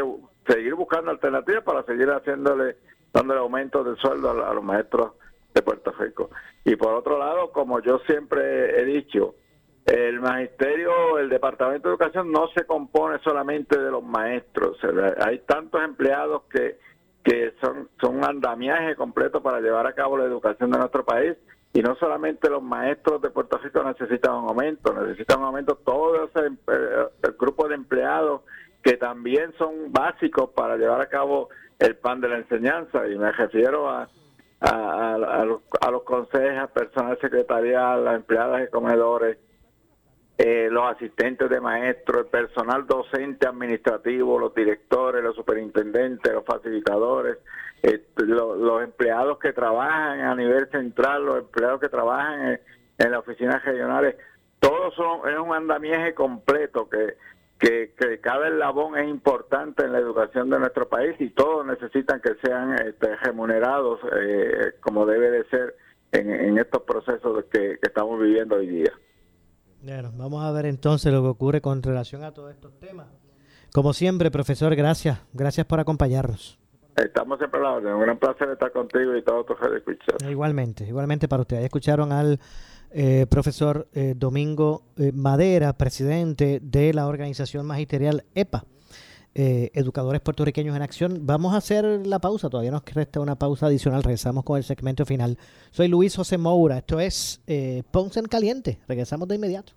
seguir buscando alternativas para seguir dándole aumentos de sueldo a los maestros de Puerto Rico. Y por otro lado, como yo siempre he dicho, el magisterio, el Departamento de Educación no se compone solamente de los maestros. O sea, hay tantos empleados que son un andamiaje completo para llevar a cabo la educación de nuestro país. Y no solamente los maestros de Puerto Rico necesitan un aumento todo ese el grupo de empleados que también son básicos para llevar a cabo el plan de la enseñanza. Y me refiero a los consejeros, personal secretarial, las empleadas de comedores, los asistentes de maestros, el personal docente administrativo, los directores, los superintendentes, los facilitadores, los empleados que trabajan a nivel central, los empleados que trabajan en las oficinas regionales. Todos es un andamiaje completo que cada eslabón es importante en la educación de nuestro país y todos necesitan que sean remunerados como debe de ser en estos procesos que estamos viviendo hoy día. Bueno, vamos a ver entonces lo que ocurre con relación a todos estos temas. Como siempre, profesor, gracias por acompañarnos. Estamos siempre a la orden. Un gran placer estar contigo y todos tus escuchas. Igualmente para ustedes. Escucharon al profesor Domingo Madera, presidente de la organización magisterial EPA, Educadores Puertorriqueños en Acción. Vamos a hacer la pausa, todavía nos resta una pausa adicional, regresamos con el segmento final. Soy Luis José Moura, esto es Ponce en Caliente, regresamos de inmediato.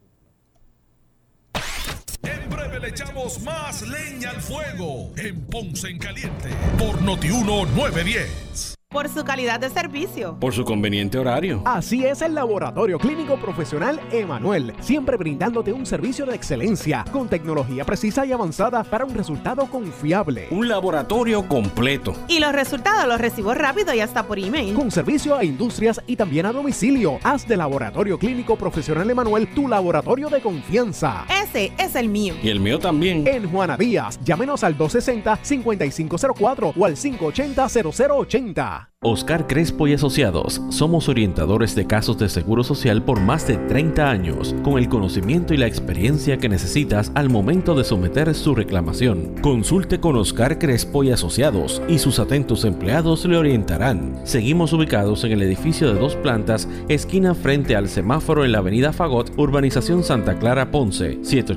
En breve le echamos más leña al fuego en Ponce en Caliente por Noti1 910. Por su calidad de servicio. Por su conveniente horario. Así es el Laboratorio Clínico Profesional Emanuel, siempre brindándote un servicio de excelencia, con tecnología precisa y avanzada para un resultado confiable. Un laboratorio completo. Y los resultados los recibo rápido y hasta por email. Con servicio a industrias y también a domicilio. Haz de Laboratorio Clínico Profesional Emanuel tu laboratorio de confianza. Ese es el mío. Y el mío también. En Juana Díaz, llámenos al 260-5504 o al 580-0080. Oscar Crespo y Asociados. Somos orientadores de casos de seguro social por más de 30 años, con el conocimiento y la experiencia que necesitas al momento de someter su reclamación. Consulte con Oscar Crespo y Asociados y sus atentos empleados le orientarán. Seguimos ubicados en el edificio de 2 plantas, esquina frente al semáforo en la avenida Fagot, urbanización Santa Clara, Ponce.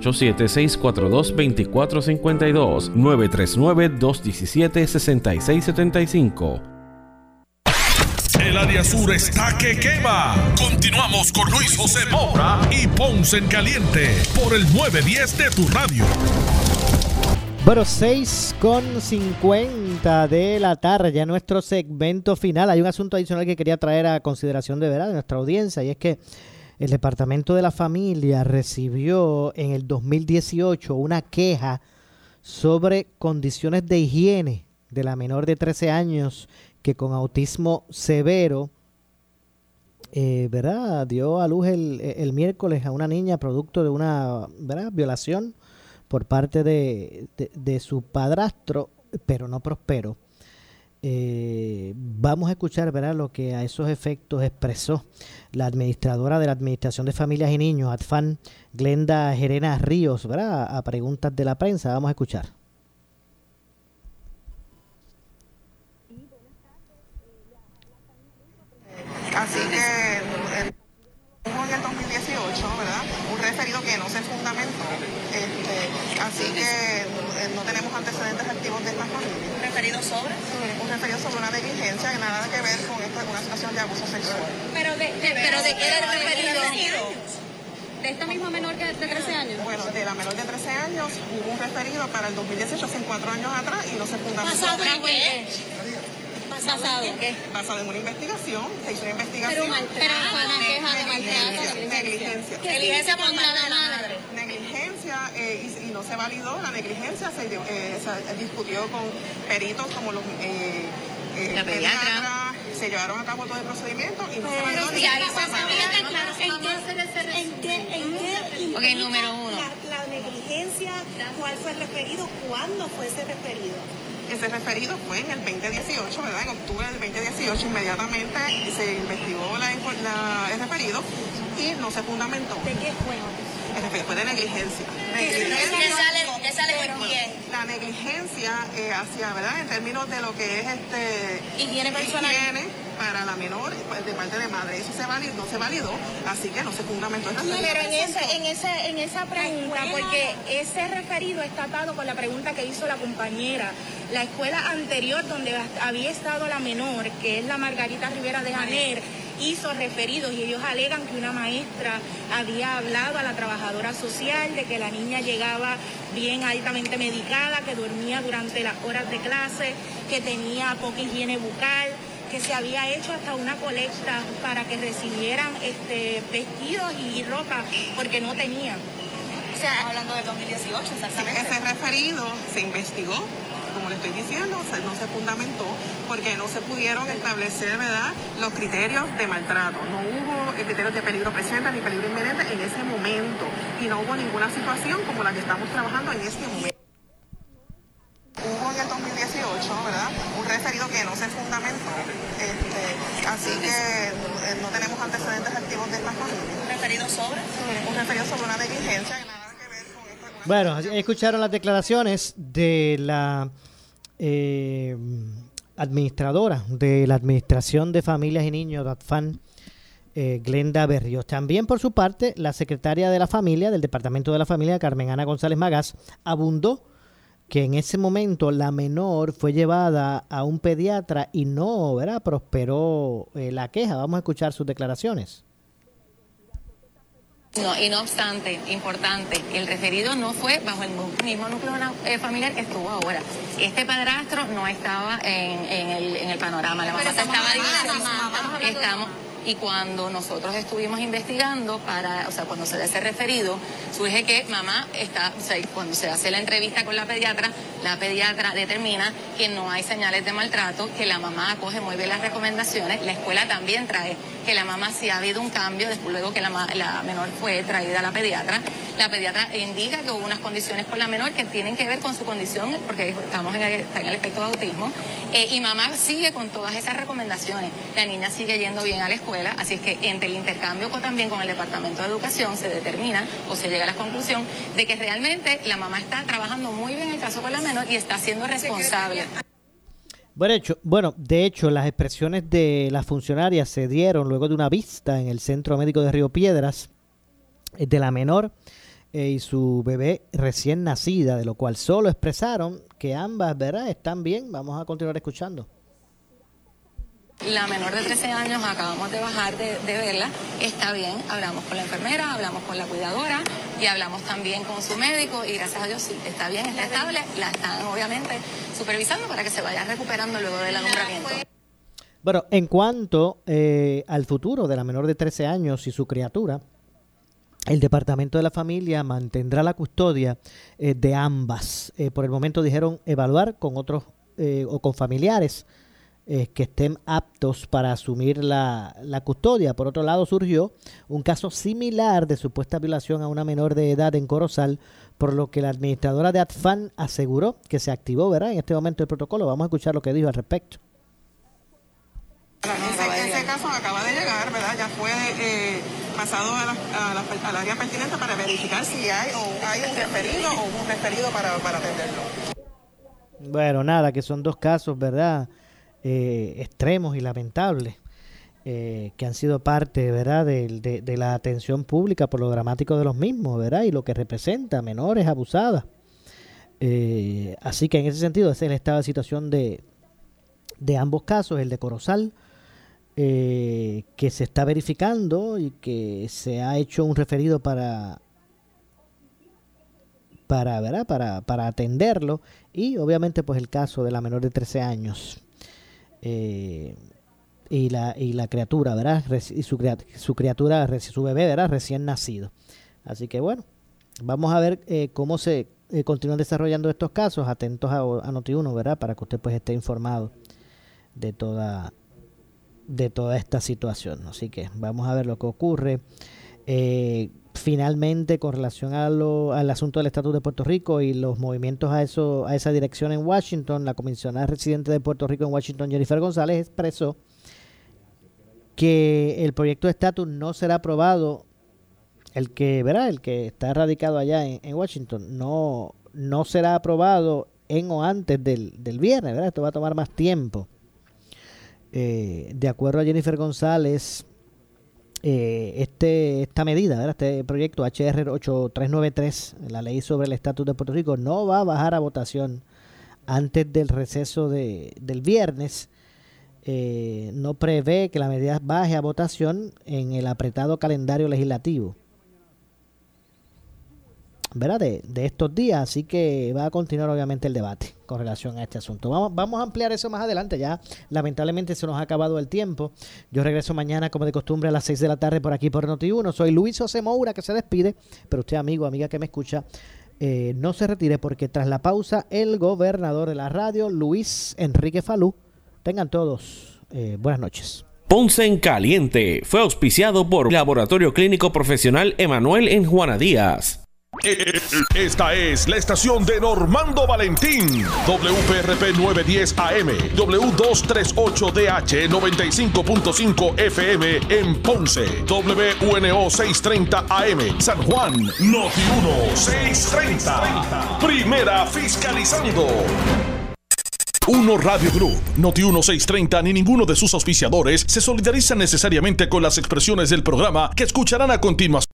787-642-2452, 939-217-6675. El área sur está que quema. Continuamos con Luis José Moura y Ponce en Caliente por el 910 de tu radio. Bueno, 6:50 de la tarde, ya nuestro segmento final. Hay un asunto adicional que quería traer a consideración de nuestra audiencia, y es que el Departamento de la Familia recibió en el 2018 una queja sobre condiciones de higiene de la menor de 13 años que con autismo severo, dio a luz el miércoles a una niña producto de una violación por parte de su padrastro, pero no prosperó. Vamos a escuchar lo que a esos efectos expresó la administradora de la Administración de Familias y Niños, ADFAN, Glenda Gerena Ríos, a preguntas de la prensa. Vamos a escuchar. Así que en el 2018, ¿verdad? Un referido que no se fundamentó. Así que no tenemos antecedentes activos de esta familia. ¿Un referido sobre? Un referido sobre una negligencia que nada que ver con una situación de abuso sexual. ¿Pero de qué era el referido? ¿De esta misma menor que de 13 años? Bueno, de la menor de 13 años hubo un referido para el 2018, hace 4 años atrás, y no se fundamentó. ¿Basado en qué? ¿Basado en qué? Basado en una investigación, se hizo una investigación. Pero fue una queja de maltrato. Negligencia. Negligencia contra la madre. Negligencia, y no se validó la negligencia, se discutió con peritos como los la pediatra. Se llevaron a cabo todo el procedimiento y no se validó. Ok, número 1. La negligencia, ¿cuál fue el referido? ¿Cuándo fue ese referido? Ese referido fue en el 2018, ¿verdad? En octubre del 2018 inmediatamente se investigó el referido y no se fundamentó. ¿De qué fue? El referido fue de negligencia. ¿Qué la negligencia hacia, ¿verdad? En términos de lo que es higiene personal para la menor, pues, de parte de madre, eso no se validó, así que no se fundamentó el referido. Pero en esa pregunta, porque ese referido está atado con la pregunta que hizo la compañera. La escuela anterior donde había estado la menor, que es la Margarita Rivera de Janer, hizo referidos y ellos alegan que una maestra había hablado a la trabajadora social de que la niña llegaba bien altamente medicada, que dormía durante las horas de clase, que tenía poca higiene bucal, que se había hecho hasta una colecta para que recibieran vestidos y ropa porque no tenían. O sea, hablando del 2018, exactamente. Ese referido se investigó, como le estoy diciendo, no se fundamentó porque no se pudieron establecer, ¿verdad?, los criterios de maltrato. No hubo criterios de peligro presente ni peligro inminente en ese momento y no hubo ninguna situación como la que estamos trabajando en este momento. Hubo en el 2018, ¿verdad?, un referido que no se fundamentó, así que no tenemos antecedentes activos de esta familia. ¿Un referido sobre? Un referido sobre una negligencia. Bueno, escucharon las declaraciones de la administradora de la Administración de Familias y Niños de ADFAN, Glenda Berríos. También, por su parte, la secretaria de la Familia, del Departamento de la Familia, Carmen Ana González Magás, abundó que en ese momento la menor fue llevada a un pediatra y no, ¿verdad?, prosperó la queja. Vamos a escuchar sus declaraciones. No, y no obstante, importante, el referido no fue bajo el mismo núcleo familiar que estuvo ahora. Este padrastro no estaba en el panorama, la mamá se estaba divorciando. Y cuando nosotros estuvimos investigando cuando se da ese referido, surge que mamá cuando se hace la entrevista con la pediatra determina que no hay señales de maltrato, que la mamá acoge muy bien las recomendaciones. La escuela también trae que la mamá sí ha habido un cambio, después luego que la menor fue traída a la pediatra indica que hubo unas condiciones con la menor que tienen que ver con su condición, porque estamos en el espectro de autismo, y mamá sigue con todas esas recomendaciones. La niña sigue yendo bien a la escuela, así es que entre el intercambio también con el Departamento de Educación se determina o se llega a la conclusión de que realmente la mamá está trabajando muy bien el caso con la menor y está siendo responsable. Bueno, de hecho, las expresiones de las funcionarias se dieron luego de una vista en el Centro Médico de Río Piedras de la menor y su bebé recién nacida, de lo cual solo expresaron que ambas, ¿verdad?, están bien. Vamos a continuar escuchando. La menor de 13 años, acabamos de bajar de verla, está bien, hablamos con la enfermera, hablamos con la cuidadora y hablamos también con su médico y gracias a Dios sí, está bien, está estable, la están obviamente supervisando para que se vaya recuperando luego del alumbramiento. Bueno, en cuanto al futuro de la menor de 13 años y su criatura, el Departamento de la Familia mantendrá la custodia de ambas. Por el momento dijeron evaluar con otros o con familiares que estén aptos para asumir la custodia. Por otro lado, surgió un caso similar de supuesta violación a una menor de edad en Corozal, por lo que la administradora de ADFAN aseguró que se activó, ¿verdad?, en este momento el protocolo. Vamos a escuchar lo que dijo al respecto. Ese caso acaba de llegar, ¿verdad? Ya fue pasado al área pertinente para verificar si hay un referido o un referido para atenderlo. Bueno, nada, que son dos casos, ¿verdad?, extremos y lamentables, que han sido parte, ¿verdad?, de la atención pública por lo dramático de los mismos, ¿verdad?, y lo que representa menores abusadas. Así que en ese sentido, ese es el estado de situación de ambos casos, el de Corozal, que se está verificando y que se ha hecho un referido para atenderlo, y obviamente pues el caso de la menor de 13 años. Y la criatura, ¿verdad?, y su criatura, su bebé, ¿verdad?, recién nacido. Así que bueno, vamos a ver cómo se continúan desarrollando estos casos. Atentos a Noti1, ¿verdad?, para que usted pues esté informado de toda esta situación. Así que vamos a ver lo que ocurre. Finalmente, con relación al asunto del estatus de Puerto Rico y los movimientos a esa dirección en Washington, la comisionada residente de Puerto Rico en Washington, Jennifer González, expresó que el proyecto de estatus no será aprobado, el que está radicado allá en Washington, no no será aprobado en o antes del viernes, ¿verdad? Esto va a tomar más tiempo. De acuerdo a Jennifer González, esta medida, ¿verdad? Este proyecto HR 8393, la ley sobre el estatus de Puerto Rico, no va a bajar a votación antes del receso del viernes. No prevé que la medida baje a votación en el apretado calendario legislativo, ¿verdad? De estos días, así que va a continuar obviamente el debate con relación a este asunto. Vamos a ampliar eso más adelante, ya lamentablemente se nos ha acabado el tiempo. Yo regreso mañana como de costumbre a las 6 de la tarde por aquí por Noti1. Soy Luis José Moura que se despide, pero usted amigo, amiga que me escucha, no se retire porque tras la pausa el gobernador de la radio, Luis Enrique Falú. Tengan todos buenas noches. Ponce en Caliente fue auspiciado por Laboratorio Clínico Profesional Emanuel en Juana Díaz. Esta es la estación de Normando Valentín, WPRP 910 AM, W238DH 95.5 FM en Ponce, WNO 630 AM, San Juan, Noti 1 630, primera fiscalizando. Uno Radio Group, Noti 1 630 ni ninguno de sus auspiciadores se solidarizan necesariamente con las expresiones del programa que escucharán a continuación.